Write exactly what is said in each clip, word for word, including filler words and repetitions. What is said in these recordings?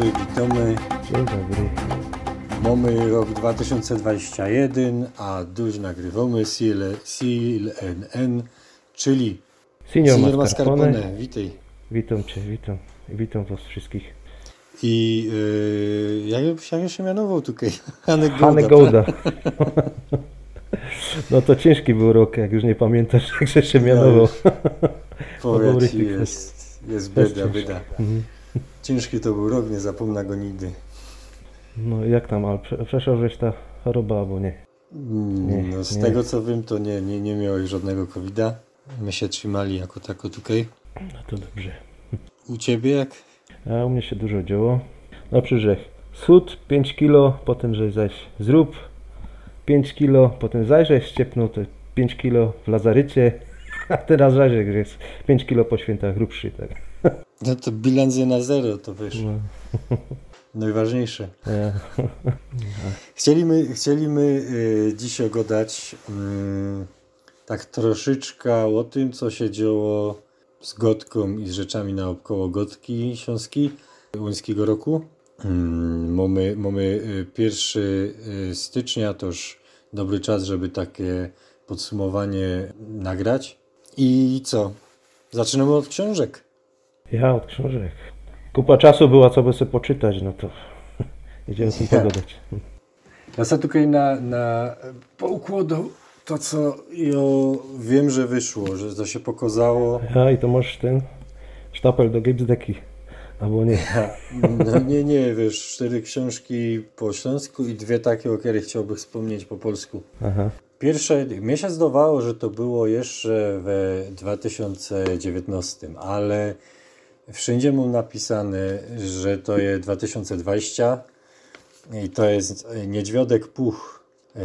dobry, witamy. Dzień dobry. Mamy rok dwa tysiące dwudziesty pierwszy, a duś nagrywamy C L N, czyli Senior, Senior Mascarpone. Mascarpone. Witaj. Witam Cię, witam. Witam Was wszystkich. I yy, jak, jak się mianował tutaj? Hanek Hane Golda. Golda. No to ciężki był rok, jak już nie pamiętasz, jak się mianował. Powiedz, jest, jest beda, beda. Mhm. Ciężki to był rok, nie zapomnę go nigdy. No jak tam, ale prze- przeszedłeś ta choroba, albo nie? Nie, No, z nie. tego co wiem, to nie, nie, nie miałeś żadnego kowida. My się trzymali jako tako tutaj. No to dobrze. U ciebie jak? A u mnie się dużo działo. Na przykład schód pięć kilo, potem że zaś zrób pięć kilo, potem zajrzeć ściepnął to pięć kilo w lazarycie, a teraz zajrzeć, że jest pięć kilo po świętach grubszy, tak. No to bilans na zero, to wiesz. No. Najważniejsze. Ja. Chcieliśmy, chcieliśmy y, dziś ogadać y, tak troszeczkę o tym, co się działo z Gotką i z rzeczami naokoło Gotki Śląskiej Łońskiego roku. Y, mamy mamy y, pierwszy stycznia, to już dobry czas, żeby takie podsumowanie nagrać. I co? Zaczynamy od książek. Ja od książek. Kupa czasu była, co by sobie poczytać, no to idziemy z tym Ja. pogadać. Ja sobie tutaj na, na poukładał to, co ja wiem, że wyszło, że to się pokazało. Ja i to masz ten sztapel do gipsdeki, albo nie. No, nie, nie, wiesz, cztery książki po śląsku i dwie takie, o których chciałbym wspomnieć po polsku. Aha. Pierwsze, mnie się zdawało, że to było jeszcze we dwa tysiące dziewiętnastym, ale wszędzie mam napisane, że to jest dwa tysiące dwudziesty i to jest Niedźwiodek Puch.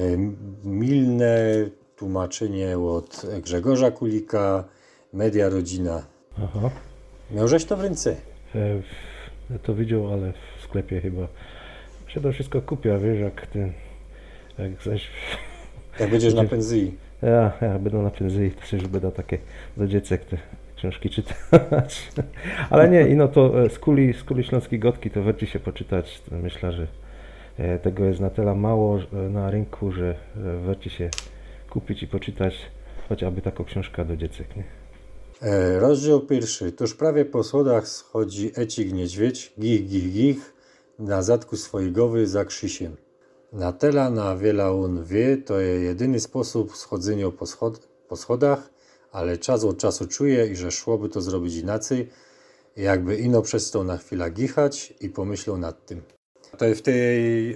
Milne tłumaczenie od Grzegorza Kulika, Media Rodzina. Aha. Miałżeś to w ręce? E, ja to widział, ale w sklepie chyba się to wszystko kupia, wiesz, jak ten, jak zaś, Jak będziesz na pensji. ja, ja będę na pensji, to już będę takie do dziecek te książki czytać. Ale nie, i no to e, z kuli, z kuli śląskiej Gotki to warto się poczytać. To myślę, że e, tego jest na tyle mało e, na rynku, że e, warto się kupić i poczytać chociażby taką książkę do dziecek, nie? E, rozdział pierwszy. Tuż prawie po schodach schodzi Ecik Niedźwiedź, gich, gich, gich, na zadku swojgowy za Krzysiem. Na tela, na wiela on wie, to jest jedyny sposób schodzenia po, schod po schodach, ale czas od czasu czuje, i że szłoby to zrobić inaczej, jakby ino przestał na chwilę gichać i pomyślał nad tym. To jest w tej e,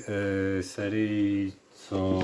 serii, co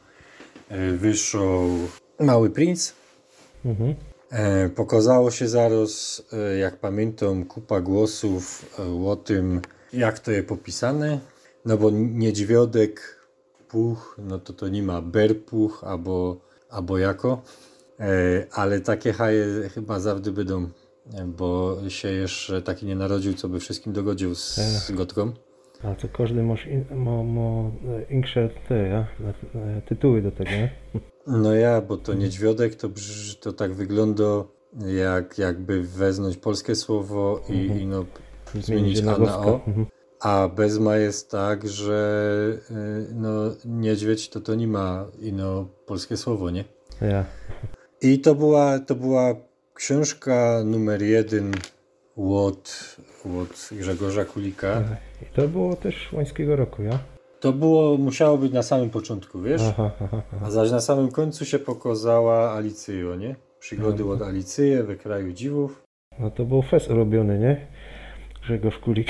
e, wyszł Mały Princ. Mhm. E, pokazało się zaraz, e, jak pamiętam, kupa głosów e, o tym, jak to jest popisane. No bo Niedźwiodek Puch, no to to nie ma Berpuch albo, albo jako. E, ale takie haje chyba zawsze będą, e, bo się jeszcze taki nie narodził, co by wszystkim dogodził z, z Gotką. A to każdy masz in, ma, ma insze te, ja? e, tytuły do tego, nie? No ja, bo to Niedźwiodek to, brz, to tak wygląda, jak jakby weznąć polskie słowo i, Mhm. i no, Zmienić zmienić na A na Gotkę. O. Mhm. A Bezma jest tak, że y, no, niedźwiedź to to nie ma ino polskie słowo, nie? Ja. I to była, to była książka numer jeden od, od Grzegorza Kulika. I to było też Łońskiego roku, ja? To było, musiało być na samym początku, wiesz? Aha, aha, aha. A zaś na samym końcu się pokazała Alicyjo, nie? Przygody Mhm. od Alicyje we kraju dziwów. No to był fest robiony, nie? Grzegorz Kulik.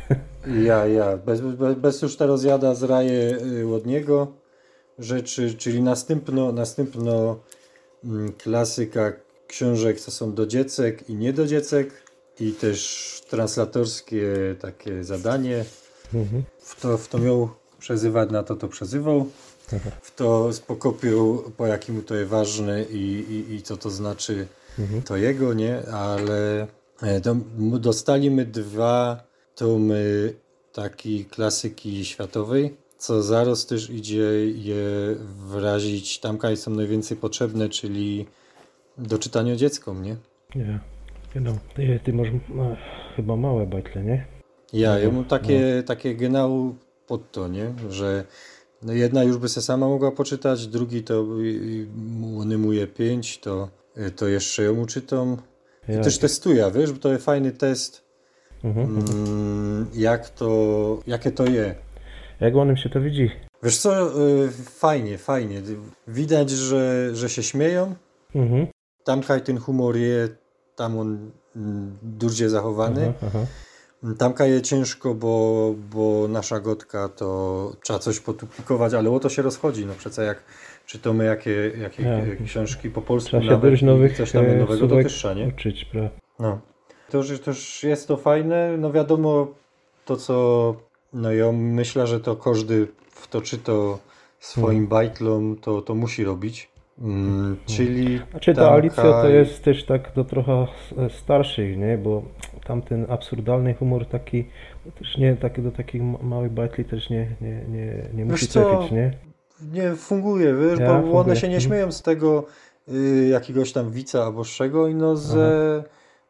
Ja, ja, bez, bez, bez już teraz jada z raje y, od niego rzeczy, czyli następno, następno mm, klasyka książek, co są do dziecek i nie do dziecek, i też translatorskie takie zadanie. Mhm. W to, w to miał przezywać, na to to przezywał. Aha. W to spokopił, po jakim to jest ważne i, i, i co to znaczy Mhm. to jego, nie? Ale e, do, m- dostaliśmy dwa tomy takiej klasyki światowej, co zaraz też idzie je wyrazić tam, gdzie są najwięcej potrzebne, czyli do czytania dzieckom, nie? Ja. No, ty, ty masz ma, chyba małe bajtle, nie? Ja, ja No, mam takie, takie genau pod to, nie? Że no jedna już by se sama mogła poczytać, drugi to y, y, on mu je pięć, to, y, to jeszcze ją czytam. I ja, też testuję, wiesz, bo to jest fajny test, mhm, mhm. mm, jak to, jakie to je. Jak on się to widzi? Wiesz co, y, fajnie, fajnie. Widać, że, że się śmieją. Mhm. Tam kaj ten humor je, tam on mm, dużo zachowany. Aha, aha. Tamka je ciężko, bo, bo nasza gotka to trzeba coś poduplikować, ale o to się rozchodzi. No przecież jak czytamy jakie, jakie Ja. książki po polsku Trzeba się nawet dużo i nowych coś tam e, nowego, to słówek też trzeba, nie? uczyć, prawda? No. To już, to już jest to fajne, no wiadomo to co, no ja myślę, że to każdy w to czyta swoim bajtlom, to, to musi robić. Mm, czyli Znaczy ta tamka- Alicja to jest też tak do trochę s- starszych, nie? Bo tamten absurdalny humor taki, też nie, taki do takich ma- małych bajtli też nie, nie, nie, nie musi co? trafić, nie? nie funguje, wiesz, Ja, bo funguje. one się nie Mhm. śmieją z tego y, jakiegoś tam wica albo z czego, i no ze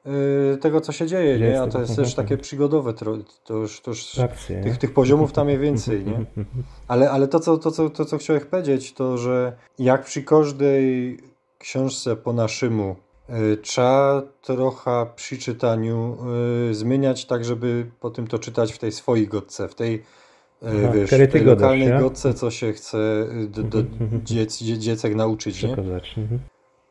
y, tego, co się dzieje, Dzieje nie? z A tego, to jest mhm, też takie przygodowe, tro, to już, to już Akcje, nie? tych, tych poziomów tam jest więcej, nie? Ale, ale to, co, to, co, to, co chciałem powiedzieć, to, że jak przy każdej książce po naszemu y, trzeba trochę przy czytaniu y, zmieniać tak, żeby potem to czytać w tej swojej godce, w tej, y, Aha, wiesz, kiedy w ty tej godasz, lokalnej ja? godce, co się chce y, do, do dziec, dzie, dziecek nauczyć, nie? Przekazać. Mhm.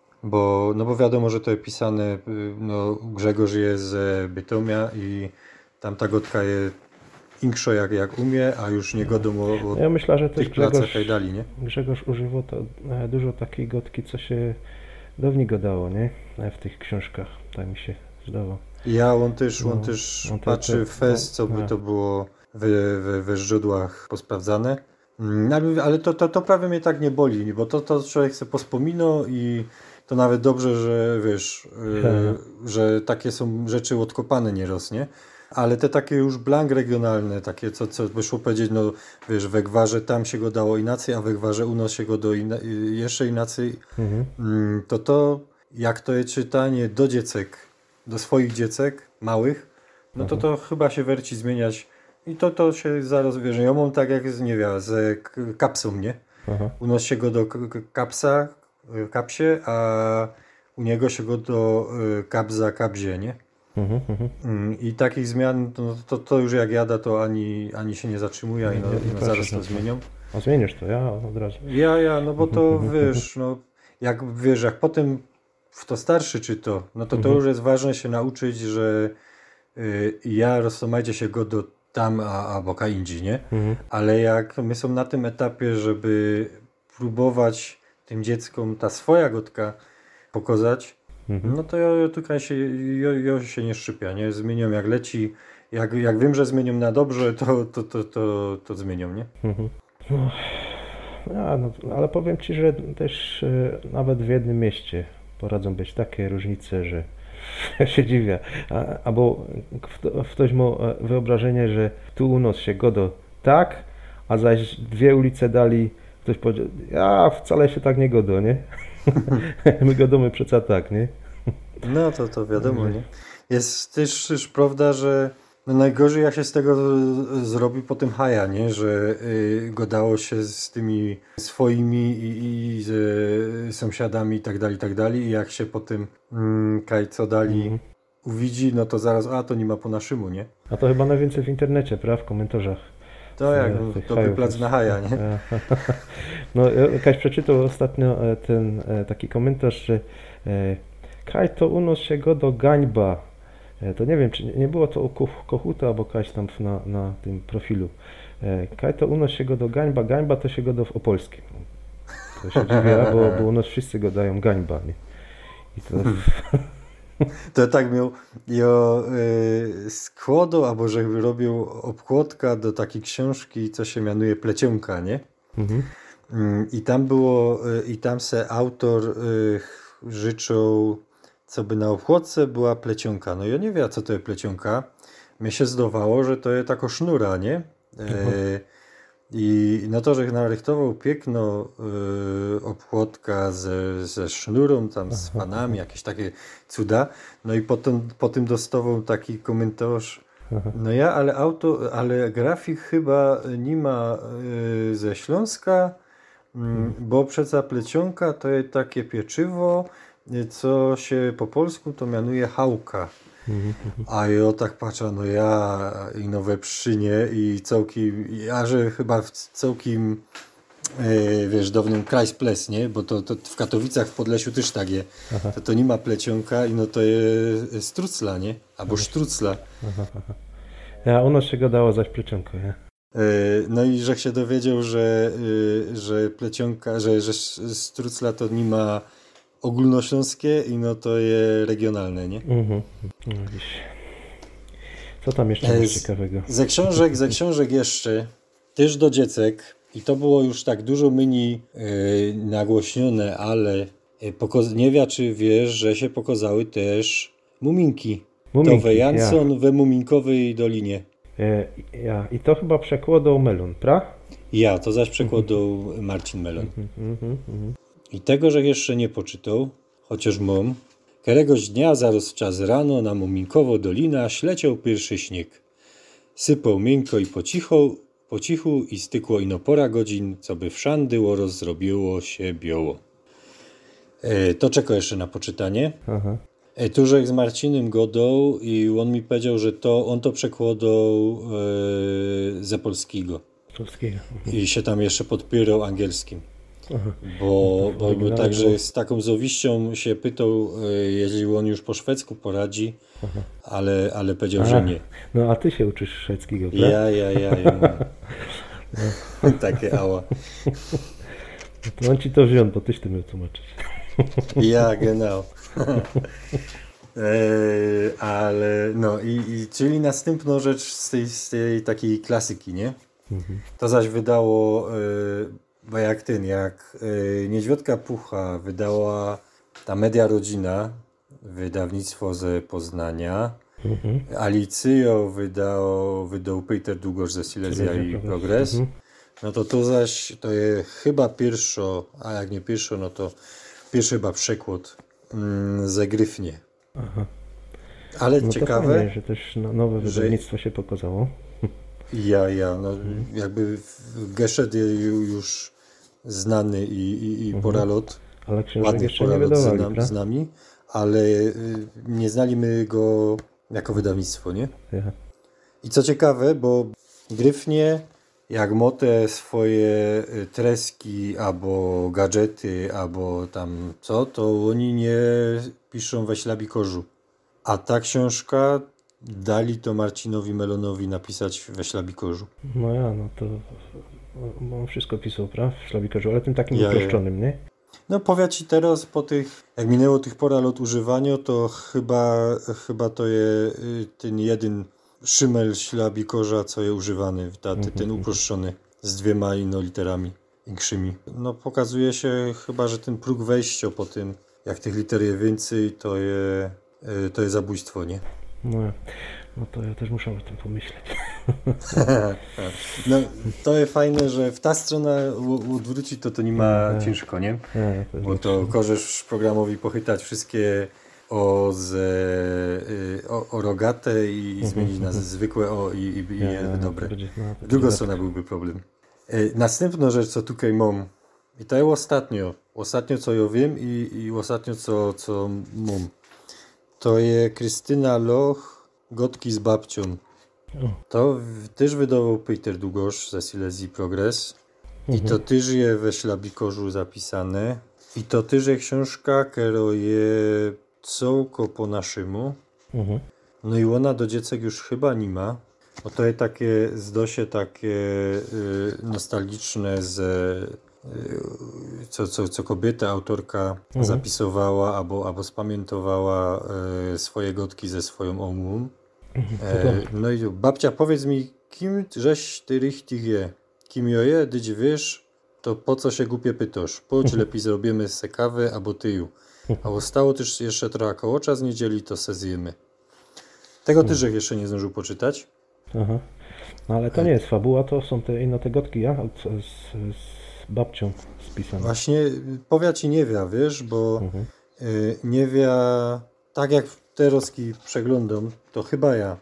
Bo, no bo wiadomo, że to jest pisane, y, no Grzegorz jest z Bytomia i tam ta gotka jest inkszo jak, jak umie, a już nie godą o, o Ja myślę, że też tych placach Grzegorz, kaj dali, nie? Grzegorz używał to, e, dużo takiej gotki, co się dawniej gadało, nie? E, W tych książkach, tak mi się zdawało. Ja, on też, on No, też on to- patrzy to- w fest, co no, by no. to było we, we, we źródłach posprawdzane. Mm, ale- Ale to, to, to prawie mnie tak nie boli, bo to, to człowiek sobie pospomino i to nawet dobrze, że wiesz, yy, że takie są rzeczy odkopane nieraz, nie? Ale te takie już blank regionalne, takie co, co by szło powiedzieć, no wiesz, we Gwarze tam się go dało inaczej, a we Gwarze u nas się go do ina- jeszcze inaczej, Mhm. mm, to to, jak to jest czytanie do dziecek, do swoich dziecek małych, no to to chyba się werci zmieniać i to, to się zaraz, wiesz, ja mam tak jak z, nie wiem, z k- kapsą, nie? Aha. U nas się go do k- k- kapsa, y, kapsie, a u niego się go do y, kapza, kapzie, nie? Mhm, mhm. Mm, I takich zmian, to, to, to już jak jada, to ani, ani się nie zatrzymuje, i no, Nie, i no proszę, zaraz to no. zmienią. A zmienisz to, ja od razu. Ja, ja, no bo to wiesz, no jak wiesz, jak potem w to starszy czy to, no to to już jest ważne się nauczyć, że y, ja rozsumajcie się go do tam, a, a boka indzi, nie? Mhm. Ale jak my są na tym etapie, żeby próbować tym dzieckom ta swoja gotka pokazać, Mhm. no to ja tutaj się, ja, ja się nie szczypia, nie? Zmienią jak leci, jak, jak wiem, że zmienią na dobrze, to, to, to, to, to zmienią, nie? Mhm. No, ja, no, ale powiem Ci, że też e, nawet w jednym mieście poradzą być takie różnice, że ja się dziwię. A, albo kto- ktoś ma e, wyobrażenie, że tu u nas się godo tak, a zaś dwie ulice dali, ktoś powiedział, ja wcale się tak nie godo, nie? My godomy przeca tak, nie? No to, to wiadomo, nie? Jest też, też prawda, że no najgorzej jak się z tego z- zrobi potem haja, nie? Że y, godało się z tymi swoimi i, i z y, sąsiadami i tak dalej, i tak dalej. I jak się potem mm, kaj co dali Mhm. uwidzi, no to zaraz, a to nie ma po naszemu, nie? A to chyba najwięcej w internecie, prawda? W komentarzach. To jak E, tych to hajów plac jest. na haja, nie? E, No, e, Kaś przeczytał ostatnio e, ten e, taki komentarz, że e, Kaj to u nas się go do gańba. E, To nie wiem, czy nie- nie było to u Koch- Kochuta, albo Kaś tam na, na tym profilu. E, Kaj to u nas się go do gańba, gańba to się go do w Opolskim. To się dziwię, bo, bo u nas wszyscy go dają gańba, nie? I to, To tak miał jo y, skłodu, albo że robił obkładka do takiej książki, co się mianuje Plecionka, nie? mhm. Mm, I tam było, y, i tam se autor y, życzył, co by na obkładce była plecionka. No ja nie wiem, co to jest plecionka. Mnie się zdawało, że to jest tako sznura, nie? Y, I no to, że narychtował piękno y, obkładka ze, ze sznurą, tam z fanami, jakieś takie cuda. No i potem, potem dostawał taki komentarz, No ja, ale auto, ale grafik chyba nie ma y, ze Śląska, y, bo przeca plecionka to jest takie pieczywo, y, co się po polsku to mianuje chałka. A ja tak patrzę, no ja i nowe przynie i całkiem, ja że chyba w całkiem e, wiesz, dawnym Kreisples, nie? Bo to, to w Katowicach, w Podlesiu też tak je. To, to nie ma plecionka i no to jest strucla, nie? Albo sztrucla. Ja, u nas się gadało zaś plecionko, nie? E, no i że się dowiedział, że, e, że plecionka, że, że strucla to nie ma ogólnośląskie i no to jest regionalne, nie? Mhm. No, widzisz. Co tam jeszcze E, masz z- ciekawego? Ze książek, ze książek jeszcze, też do dziecek, i to było już tak dużo mniej e, nagłośnione, ale e, poko- nie wie, czy wiesz, że się pokazały też muminki. Muminki, to we Jansson, we Muminkowej Dolinie. E, ja. I to chyba przekładał Melun, pra? Ja, to zaś przekładał Marcin Melon. Mhm, mhm. I tego, że jeszcze nie poczytał, chociaż mam, któregoś dnia zaraz w czas rano na Muminkowo Dolina śleciał pierwszy śnieg. Sypał miękko i po cichu, po cichu i stykło ino pora godzin, co by wszandyło rozrobiło się bioło. E, to czeka jeszcze na poczytanie. Aha. E, Tużek z Marcinem godał i on mi powiedział, że to on to przekładał e, ze polskiego Polskiego. i się tam jeszcze podpierał angielskim. Aha. Bo, bo, bo oryginalnie także było- z taką zowiścią się pytał, e, jeżeli on już po szwedzku poradzi, ale, ale powiedział, że A, nie. No a ty się uczysz szwedzkiego, pra? Ja, ja, ja, ja. Takie ała. To on ci to wziął, bo tyś ty miał tłumaczyć. Ja, genau. e, ale no i, i czyli następną rzecz z tej, z tej takiej klasyki, nie? To zaś wydało, e, bo jak ten, jak e, Niedźwiadka Pucha wydała ta Media Rodzina, wydawnictwo ze Poznania, Mhm. Alicjo wydał, wydał Peter Długosz ze Silesia Silesia i Progress. Progress. Mhm. No to to zaś, to jest chyba pierwszo, a jak nie pierwszo, no to pierwszy chyba przekład mm, ze Gryfnie. Aha. Ale No to ciekawe, fajnie, że też no, nowe że- wydawnictwo się pokazało. ja, ja, no jakby w Geszed jest już znany i, i, i poralot, Ale książek ładny jeszcze nie poralot z, wydawali, nam, pra? z nami, ale y, nie znaliśmy go jako wydawnictwo, nie? Ja. I co ciekawe, bo Gryfnie, jak mote swoje y, treski, albo gadżety, albo tam co, to oni nie piszą we ślabikorzu. A ta książka dali to Marcinowi Melonowi napisać we ślabikorzu. No ja, no to no, on wszystko pisał, pra? W szlabikarzu, ale tym takim Ja, ja. uproszczonym, nie? No powiedz ci teraz, po tych, jak minęło tych pora lat używania, to chyba, chyba to jest y, ten jeden szymel ślabikorza, co jest używany, ta, ten, ten uproszczony, z dwiema ino literami większymi. No pokazuje się chyba, że ten próg wejścia po tym, jak tych liter jest więcej, to jest, y, to jest zabójstwo, nie? No, ja. no to ja też muszę o tym pomyśleć. No to jest fajne, że w ta strona u- odwrócić to to nie ma Mhm. ciężko, nie? Ja, ja to Bo to korzesz programowi pochytać wszystkie o, z, y, o, o rogate i zmienić na zwykłe o i, i, i ja, jest ja, dobre. to będzie, no, to Druga będzie strona byłby problem. Y, Następna rzecz, co tutaj mam, i to jest ostatnio, ostatnio co ja wiem i, i ostatnio co, co mam, to jest Krystyna Loch, Gotki z babcią. O. To w, też wydawał Peter Długosz ze Silesia Progress. I to też jest we ślabikorzu zapisane. I to też jest książka, która jest całko po naszemu. Mhm. No i ona do dziecek już chyba nie ma. Bo to jest takie zdosie takie y, nostalgiczne, z, y, co, co, co kobieta, autorka zapisowała albo, albo spamiętowała y, swoje gotki ze swoją omłą. E, no i babcia, powiedz mi, kim żeś ty richtig je? Kim jo je? Dyć wiesz, to po co się głupie pytasz? Pójdź lepiej zrobimy se kawę, albo tyju. A zostało też jeszcze trochę kołocza z niedzieli, to se zjemy. Tego też żech jeszcze nie zdążył poczytać. Aha. No ale to nie jest fabuła, to są te inne te gotki, ja? Z, z, z babcią spisane. Właśnie powia ci nie wie, wiesz, bo Mhm. y, nie wie, tak jak te roski przeglądam, to chyba ja.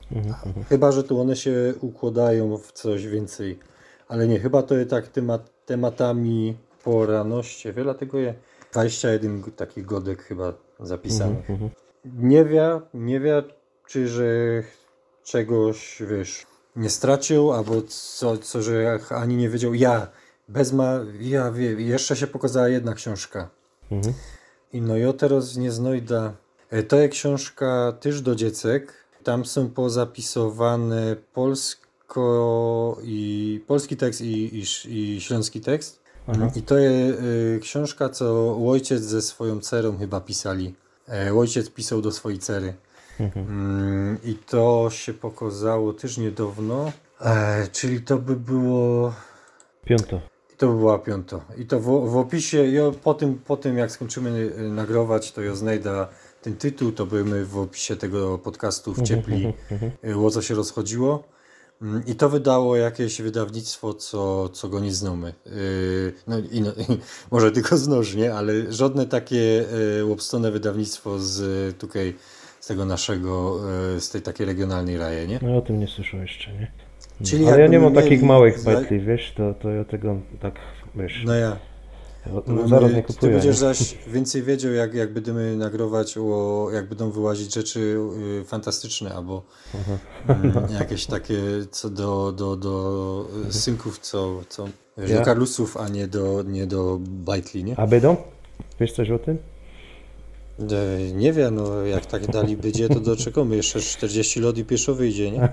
Mhm, mhm. Chyba, że tu one się układają w coś więcej. Ale nie, chyba to jest tak temat, tematami po ranoście. Wiele tego jest. dwadzieścia jeden takich godek chyba zapisanych. Mhm, Nie wie, nie wie, czy że czegoś, wiesz, nie stracił, albo co, co że ani nie wiedział. Ja, bez ma, ja wie, jeszcze się pokazała jedna książka. mhm. I no ja teraz nie znajdę. E, To jest książka też do dziecek. Tam są pozapisowane polsko i polski tekst i, i, i śląski tekst. Aha. I to jest y, książka, co ojciec ze swoją cerą chyba pisali. E, ojciec pisał do swojej cery. Mhm. Mm, I to się pokazało też niedawno. E, czyli to by było... Piąto. To by była piąto. I to w, w opisie, ja po tym, po tym jak skończymy y, nagrywać, to ja znajdę ten tytuł, to byśmy w opisie tego podcastu wciepli, y, o co się rozchodziło. Mm, I to wydało jakieś wydawnictwo, co, co go nie znamy. Y, No i no, może tylko znoż, nie? Ale żadne takie y, łobstone wydawnictwo z tutaj, z tego naszego, y, z tej takiej regionalnej raje, nie? No ja o tym nie słyszałem jeszcze, nie? No. Czyli Ale ja nie jakby mam mieli takich małych za- bajtli, wiesz, to, to ja tego tak, wiesz, No ja. no, zaraz nie Ty kupuję. będziesz nie? zaś więcej wiedział, jak, jak będziemy nagrywać, o, jak będą wyłazić rzeczy y, fantastyczne, albo mm, jakieś takie co do, do, do y, synków, co, co wiesz, Ja- do Karlusów, a nie do, nie do bajtli, nie? A będą? Wiesz coś o tym? E, Nie wiem, no jak tak dalej będzie, to doczekamy. Jeszcze czterdzieści lat i pieszo wyjdzie, nie?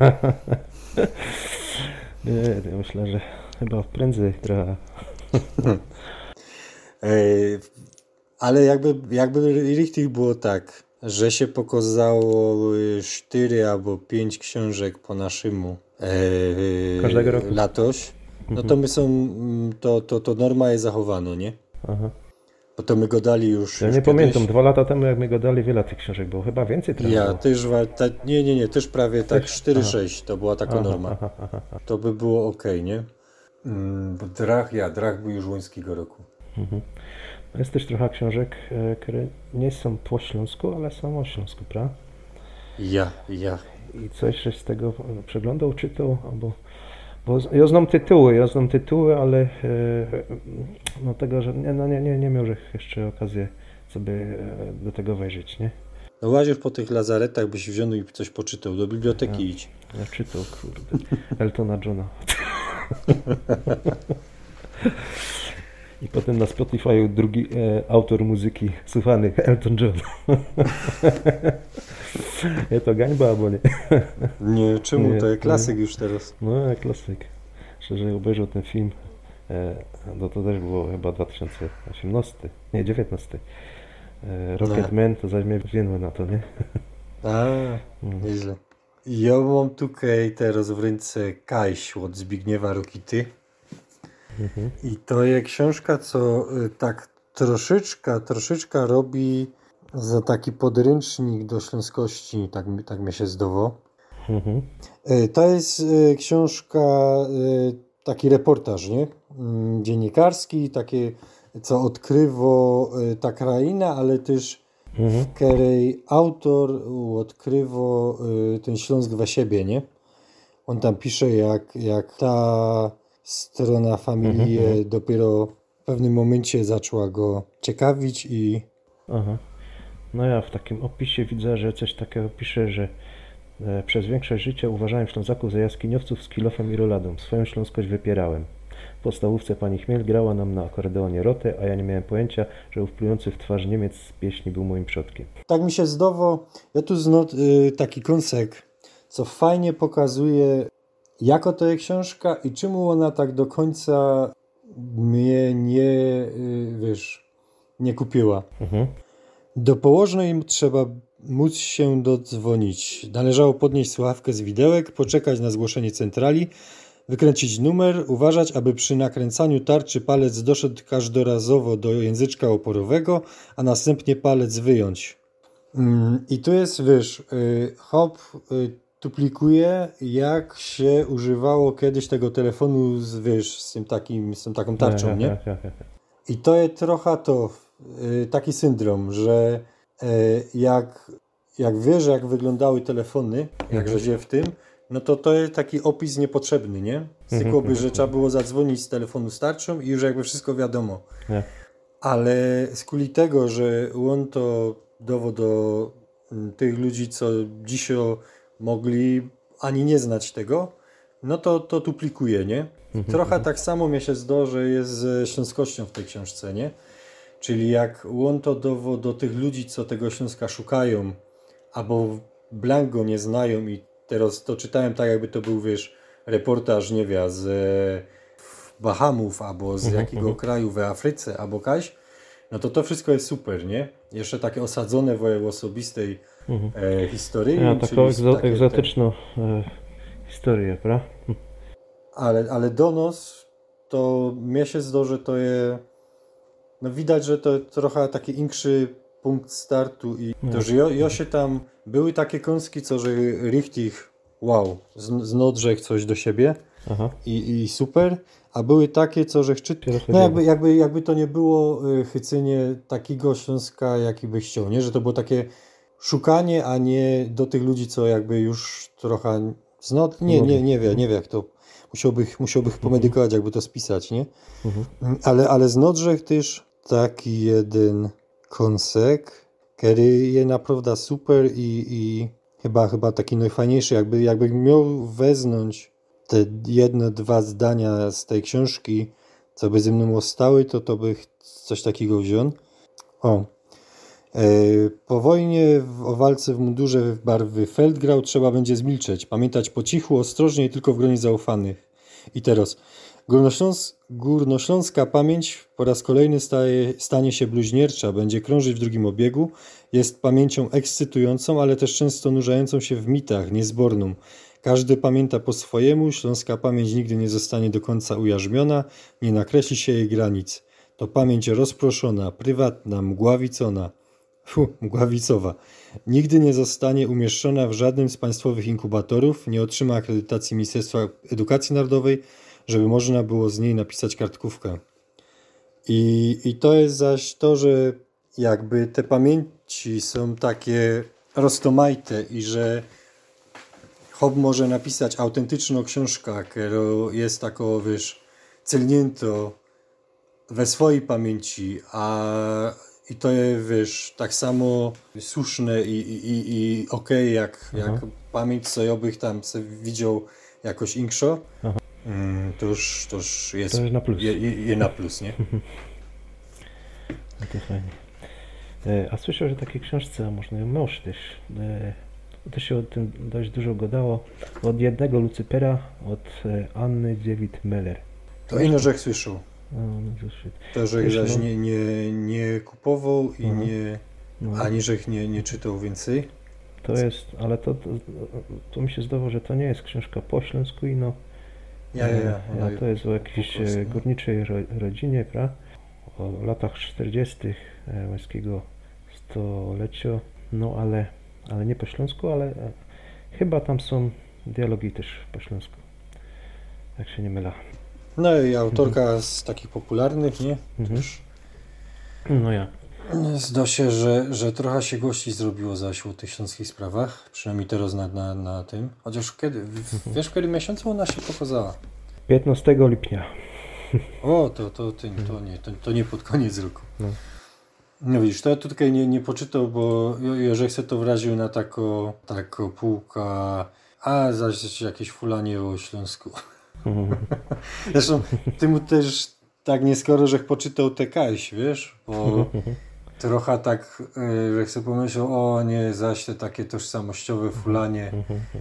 Nie, ja myślę, że chyba prędzej trochę. E, Ale jakby, jakby richtig było tak, że się pokazało y, cztery albo pięć książek po naszemu e, Każdego roku. latoś, no to my są, mm, to, to, to norma jest zachowana, nie? Aha. Bo to my go dali już Ja już nie kiedyś. pamiętam, dwa lata temu jak my go dali, wiele tych książek było, chyba więcej trochę Ja było. też, wa- ta, nie, nie, nie, też prawie tak Też? cztery Aha. sześć to była taka Aha, norma. aha, aha, aha. To by było okej, nie? Mm, bo Drach, ja, Drach był już łońskiego roku. Mhm. Jest też trochę książek, e, które nie są po śląsku, ale są o śląsku, prawda? Ja, ja. I coś żeś z tego e, przeglądał, czytał, albo... Bo z- ja znam tytuły, ja znam tytuły, ale e, no tego, że nie, no nie, nie, nie miałem jeszcze okazji sobie e, do tego wejrzeć, nie? No łazisz po tych lazaretach, byś wziął i coś poczytał. Do biblioteki idź. Ja czytał, kurde, Eltona Johna. I potem na Spotify drugi e, autor muzyki słuchany, Elton John. Jest to gańba, albo nie? Nie, czemu? Nie, to jest nie. klasyk już teraz. No, jak klasyk. Szczerze obejrzał ten film, e, no to też było chyba dwa tysiące osiemnasty, nie, dziewiętnasty. E, Rocket No. Man, to zaś mnie wzięło na to, nie? A, Mm. nieźle. Ja mam tutaj teraz w ręce Kajś od Zbigniewa Rokity. Mhm. I to jest książka, co y, tak troszeczkę, troszeczkę robi za taki podręcznik do śląskości, tak, mi- tak mi się zdawało. Mhm. Y, To jest y, książka, y, taki reportaż, nie? Mm, Dziennikarski, takie, co odkrywa y, ta kraina, ale też Mhm. w której autor odkrywa y, ten Śląsk we siebie, nie? On tam pisze, jak, jak ta strona familii Mhm, dopiero w pewnym momencie zaczęła go ciekawić i Aha. No ja w takim opisie widzę, że coś takiego pisze, że e, przez większość życia uważałem Ślązaków za jaskiniowców z kilofem i roladą. Swoją śląskość wypierałem. W podstawówce pani Chmiel grała nam na akordeonie rotę, a ja nie miałem pojęcia, że ów plujący w twarz Niemiec z pieśni był moim przodkiem. tak mi się zdawało, ja tu znot y, taki kąsek, co fajnie pokazuje, jako to jest książka i czemu ona tak do końca mnie nie, y, wiesz, nie kupiła. Mhm. Do położnej trzeba móc się dodzwonić. Należało podnieść słuchawkę z widełek, poczekać na zgłoszenie centrali, wykręcić numer, uważać, aby przy nakręcaniu tarczy palec doszedł każdorazowo do języczka oporowego, a następnie palec wyjąć. Mm, I tu jest, wiesz, y, Hop y, duplikuje, jak się używało kiedyś tego telefonu z, wiesz, z tym takim, z tą taką tarczą, Ja, nie? ja, ja, ja. I to jest trochę to, y, taki syndrom, że y, jak jak wiesz, jak wyglądały telefony, jak Mhm. żyje w tym, no to to jest taki opis niepotrzebny, nie? Zwykłoby, Mhm. że trzeba było zadzwonić z telefonu starczą i już jakby wszystko wiadomo. Nie. Ale z kuli tego, że on to dowód do mm, tych ludzi, co dzisiaj mogli ani nie znać tego, no to to duplikuje, nie? Trochę tak samo mnie się zdało, że jest ze śląskością w tej książce, nie? Czyli jak on to dowód do tych ludzi, co tego Śląska szukają, albo blank go nie znają i teraz to czytałem tak, jakby to był, wiesz, reportaż, nie wiem, z Bahamów, albo z jakiego kraju w Afryce, albo kaś, no to to wszystko jest super, nie? Jeszcze takie osadzone w osobistej e, historii. Ja, czyli taką egzo, takie- egzotyczną e, historię, prawda? Ale, ale donos, to mnie się zdaje, że to jest, no widać, że to trochę taki inszy punkt startu i to, że jo, jo się tam, były takie kąski, co, że richtig, wow, z, znodrzech coś do siebie Aha. i, i super, a były takie, co, że chczy, Się no jakby, jakby, jakby to nie było y, chycenie takiego Śląska, jaki byś chciał, nie? Że to było takie szukanie, a nie do tych ludzi, co jakby już trochę, no nie, nie, nie wiem, nie wiem jak to, musiałbych, musiałbych pomedykować, jakby to spisać, nie? Mhm. Ale, ale z Nodrzech też taki jeden kąsek, który jest naprawdę super i, i chyba, chyba taki najfajniejszy, jakby, jakby miał weznąć te jedno, dwa zdania z tej książki, co by ze mną ostały, to to by coś takiego wziął. O. E, po wojnie w, o walce w mundurze w barwy Feldgrau trzeba będzie zmilczeć, pamiętać po cichu, ostrożnie i tylko w gronie zaufanych. I teraz Górnośląs, górnośląska pamięć po raz kolejny staje, stanie się bluźniercza, będzie krążyć w drugim obiegu, jest pamięcią ekscytującą, ale też często nurzającą się w mitach, niezborną. Każdy pamięta po swojemu, śląska pamięć nigdy nie zostanie do końca ujarzmiona, nie nakreśli się jej granic. To pamięć rozproszona, prywatna, mgławicona, fu, mgławicowa. Nigdy nie zostanie umieszczona w żadnym z państwowych inkubatorów, nie otrzyma akredytacji Ministerstwa Edukacji Narodowej, żeby można było z niej napisać kartkówkę. I, i to jest zaś to, że jakby te pamięci są takie roztomajte i że Hob może napisać autentyczną książkę, która jest tako, wiesz, celnięto we swojej pamięci, a i to jest, wiesz, tak samo słuszne i, i, i, i okej, okay, jak, jak pamięć, co ja bych tam sobie widział jakoś inkszo, mm, to już, to już jest, To jest na plus. Je, je, je na plus, nie? No to fajnie. E, A słyszę, że takiej książce, a można ją mąż też, e, też się o tym dość dużo gadało, od jednego Lucypera, od e, Anny Dziewit-Meller. To ino, że słyszał. No, no to shit. To, że Wiesz, zaś no. nie, nie, nie kupował i Mhm. nie, No. ani że nie, nie czytał więcej. To jest, ale to, to, to mi się zdawało, że to nie jest książka po śląsku i no, Ja, ja, ja. e, a to jest o jakiejś po prostu, e, no. górniczej ro, rodzinie, prawda? O latach czterdziestych e, łańskiego stulecia, no ale, ale nie po śląsku, ale e, chyba tam są dialogi też po śląsku, jak się nie mylę. No i autorka z takich popularnych, nie? Mhm. Też No ja. zda się, że, że trochę się gości zrobiło zaś o tych śląskich sprawach, przynajmniej teraz na, na, na tym. Chociaż kiedy, w, wiesz w którym miesiącu ona się pokazała? piętnastego lipnia. O, to, to, to, to, nie, to, to nie pod koniec roku. No. No widzisz, to ja tu tutaj nie, nie poczytał, bo jeżeli chcę to wraził na tako, tako półka, a zaś jakieś fulanie o Śląsku. Zresztą ty mu też tak nieskoro, że poczytał te kaś, wiesz, bo trochę tak, y, że chcę pomyślał, o nie, zaś te takie tożsamościowe fulanie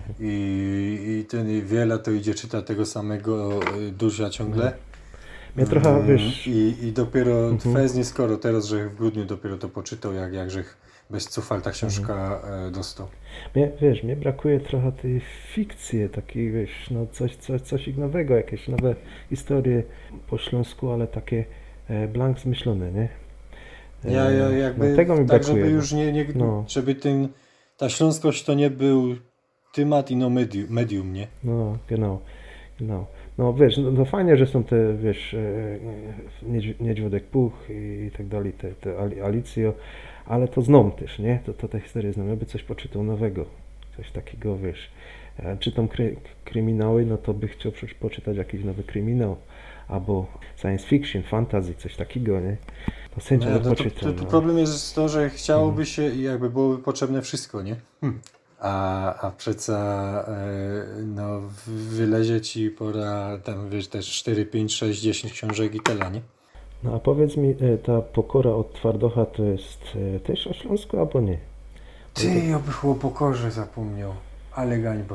i, i ten i wiele to idzie czyta tego samego y, Duzia ciągle. Mnie trochę, Mm, wiesz, I, i dopiero mhm. fez nieskoro teraz, że w grudniu dopiero to poczytał, jak, jakże bez cufal ta książka e, dostał. mnie, wiesz, mnie brakuje trochę tej fikcji, takiej, wiesz, no coś, coś, coś nowego, jakieś nowe historie po śląsku, ale takie e, blank zmyślone, nie? E, Ja, ja jakby no, tego mi tak, brakuje. żeby już nie, nie No. żeby ten, ta śląskość to nie był temat ino medium, medium, nie? No, genau, genau. No wiesz, no, no fajnie, że są te, wiesz, e, Niedź- Niedźwiadek Puch i, i tak dalej, te, te Ali- Alicjo, ale to znam też, nie? To, to te historie znam, ja by coś poczytał nowego, coś takiego, wiesz. Ja czytam kry, kryminały, no to by chciał przecież poczytać jakiś nowy kryminał, albo science fiction, fantasy, coś takiego, nie? To sędzia No, by to, to, poczytał. to, to no. problem jest to, że chciałoby się i jakby byłoby potrzebne wszystko, nie? Hm. A, a przeca e, no, w- wylezie ci pora tam, wiesz, też cztery, pięć, sześć, dziesięć książek i tyle, nie? No a powiedz mi, e, ta pokora od Twardocha to jest e, też o Śląsku, albo nie? Ty, ja by o pokorze zapomniał, ale gańba.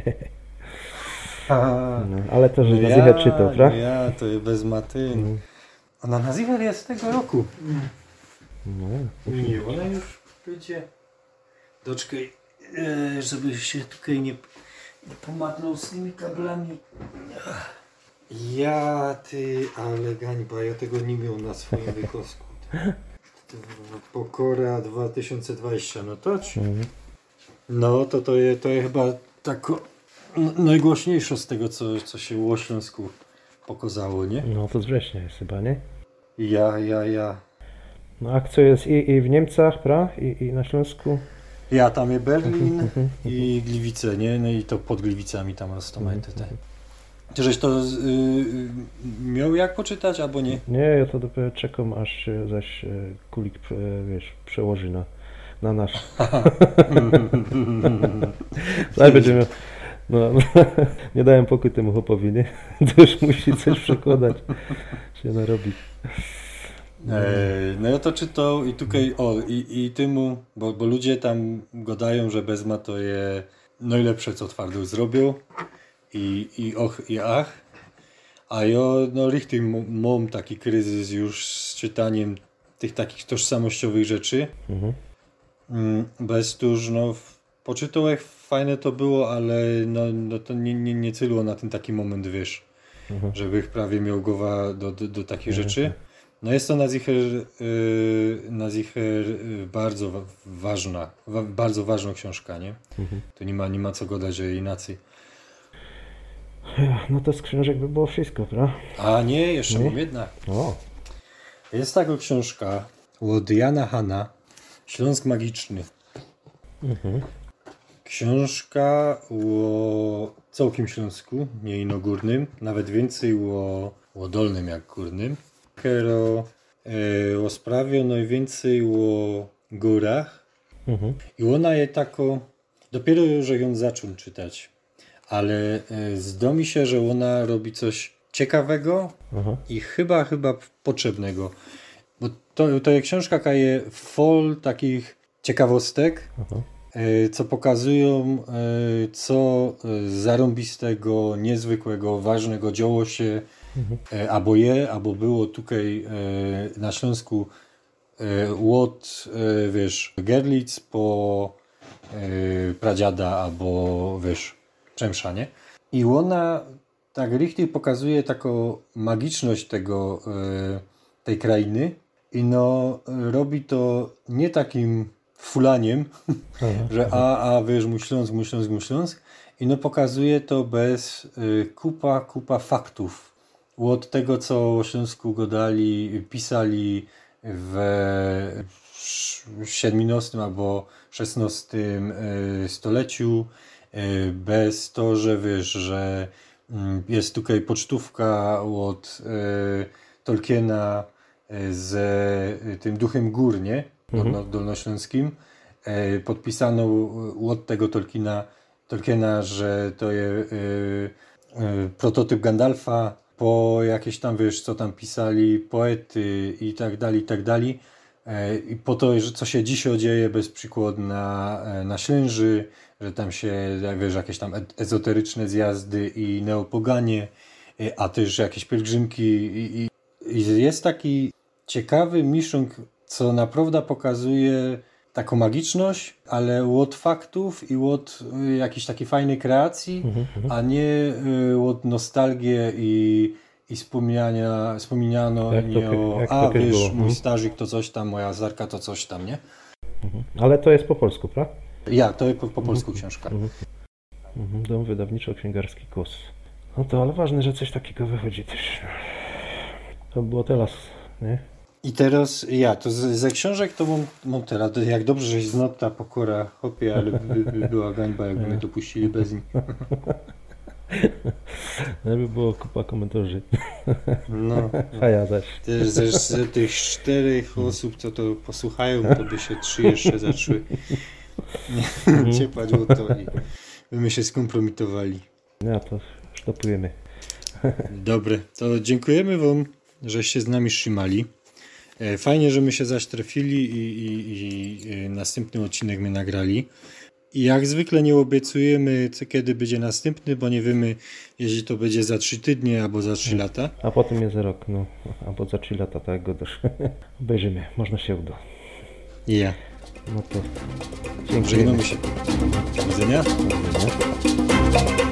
A, No, ale to, że no na ja, Zichę czytał, no prawda? ja, to jest bez matyn. Mm. Ona na Zichę jest z tego roku. No, Nie, ona już będzie. Doczkaj, e, żeby się tutaj nie, nie pomadnął z tymi kablami. Ja, ty, ale gańba, ja tego nie miał na swoim wykosku. Pokora dwa tysiące dwadzieścia, no to ci. Mhm. No to to jest, to jest chyba tak n- najgłośniejsze z tego, co, co się o Śląsku pokazało, nie? No to z września jest chyba, nie? Ja, ja, ja. No akcja jest i, i w Niemcach, prawda? I, i na Śląsku. Ja, tam jest Berlin i Gliwice, nie? No i to pod Gliwicami tam roztomańte te. Ty żeś to y, y, miał jak poczytać, albo nie? Nie, ja to dopiero czekam, aż się zaś e, Kulik, e, wiesz, przełoży na, na nasz. Zaś będzie miał, no, no, nie dałem pokój temu chłopowi, nie? To już musi coś przekładać, się narobić. E, no ja to czytał i tutaj, o, i, i tymu, bo, bo ludzie tam gadają, że Bezma to jest najlepsze, co Twardoch zrobił. I, i och, i ach. A ja, no richtig m- mam taki kryzys już z czytaniem tych takich tożsamościowych rzeczy. Mhm. Mm, bez tuż, no, w- poczytałem, fajne to było, ale no, no to nie, nie, nie cyluło na ten taki moment, wiesz, Mhm. żeby ich prawie miał głowa do, do, do takich Mhm. rzeczy. No jest to na zicher, yy, na zicher yy, bardzo wa- ważna, wa- bardzo ważna książka, nie? Mhm. Tu nie ma, nie ma co gadać, że inaczej. No to z książek by było wszystko, prawda? A nie, jeszcze Nie? mam jedna. O, Jest taka książka od Jana Hana, Śląsk Magiczny. mhm. Książka o całkiem Śląsku, nie ino górnym, nawet więcej o, o dolnym jak górnym. Kero e, o sprawie najwięcej o górach. Mhm. I ona jest tako, dopiero że ją zacząłem czytać, ale e, zda mi się, że ona robi coś ciekawego, Aha. i chyba, chyba potrzebnego. Bo to, to jest książka, jaka jest full takich ciekawostek, Aha. e, co pokazują, e, co e, zarąbistego, niezwykłego, ważnego działo się, Mhm. e, albo je, albo było tutaj e, na Śląsku e, od, e, wiesz, Gerlitz po e, pradziada, albo, wiesz, Przemsza, nie? I ona tak richtig pokazuje taką magiczność tego, e, tej krainy i no e, robi to nie takim fulaniem, Aha. że a, a wiesz, mój Śląsk, mój Śląsk, mój Śląsk i no pokazuje to bez e, kupa, kupa faktów. Od tego, co o Śląsku gadali, pisali w siedemnastym albo szesnastym e, stuleciu, e, bez to, że wiesz, że mm, jest tutaj pocztówka od e, Tolkiena e, z e, tym Duchem Gór, nie? Mhm. Dolno, dolnośląskim. E, podpisano od tego Tolkiena, Tolkiena, że to jest e, e, prototyp Gandalfa, po jakieś tam, wiesz, co tam pisali poety i tak dalej, i tak dalej. E, I po to, że co się dzisiaj dzieje bez przykładu na, e, na Ślęży, że tam się, jak wiesz, jakieś tam e- ezoteryczne zjazdy i neopoganie, e, a też jakieś pielgrzymki. I, i, i jest taki ciekawy miszunk, co naprawdę pokazuje taką magiczność, ale od faktów i od y, jakiejś takiej fajnej kreacji, Mhm. Mhm. a nie y, od nostalgię i, i wspomniania, wspomniano Jak to nie kie- o, jak to a kiedyś wiesz, było. mój Mhm. starzyk to coś tam, moja Zarka to coś tam, nie? Mhm. Ale to jest po polsku, prawda? Ja, to jest po, po polsku książka. Mhm. Mhm. Dom wydawniczo-księgarski K O S. No to ale ważne, że coś takiego wychodzi też. To było teraz, nie? I teraz ja, to z, ze książek to mam, mam teraz, to jak dobrze, żeś znał ta pokora, chopie, ale by, by była gańba, jakby mnie dopuścili bez nich. Jakby było kupa komentarzy. No, A ja zaś. też ze, z tych czterech osób, co to posłuchają, to by się trzy jeszcze zaczęły ciepać o to i by my się skompromitowali. Ja to sztopujemy. Dobre, to dziękujemy wam, żeście z nami trzymali. E, Fajnie, że my się zaś trafili i, i, i e, następny odcinek my nagrali. I jak zwykle nie obiecujemy, co kiedy będzie następny, bo nie wiemy, jeśli to będzie za trzy tygodnie albo za trzy lata. A potem jest za rok, no. Albo za trzy lata, tak go też. Obejrzymy, można się uda. I ja. No to dziękuję. Żegnamy się. Do widzenia. Do widzenia.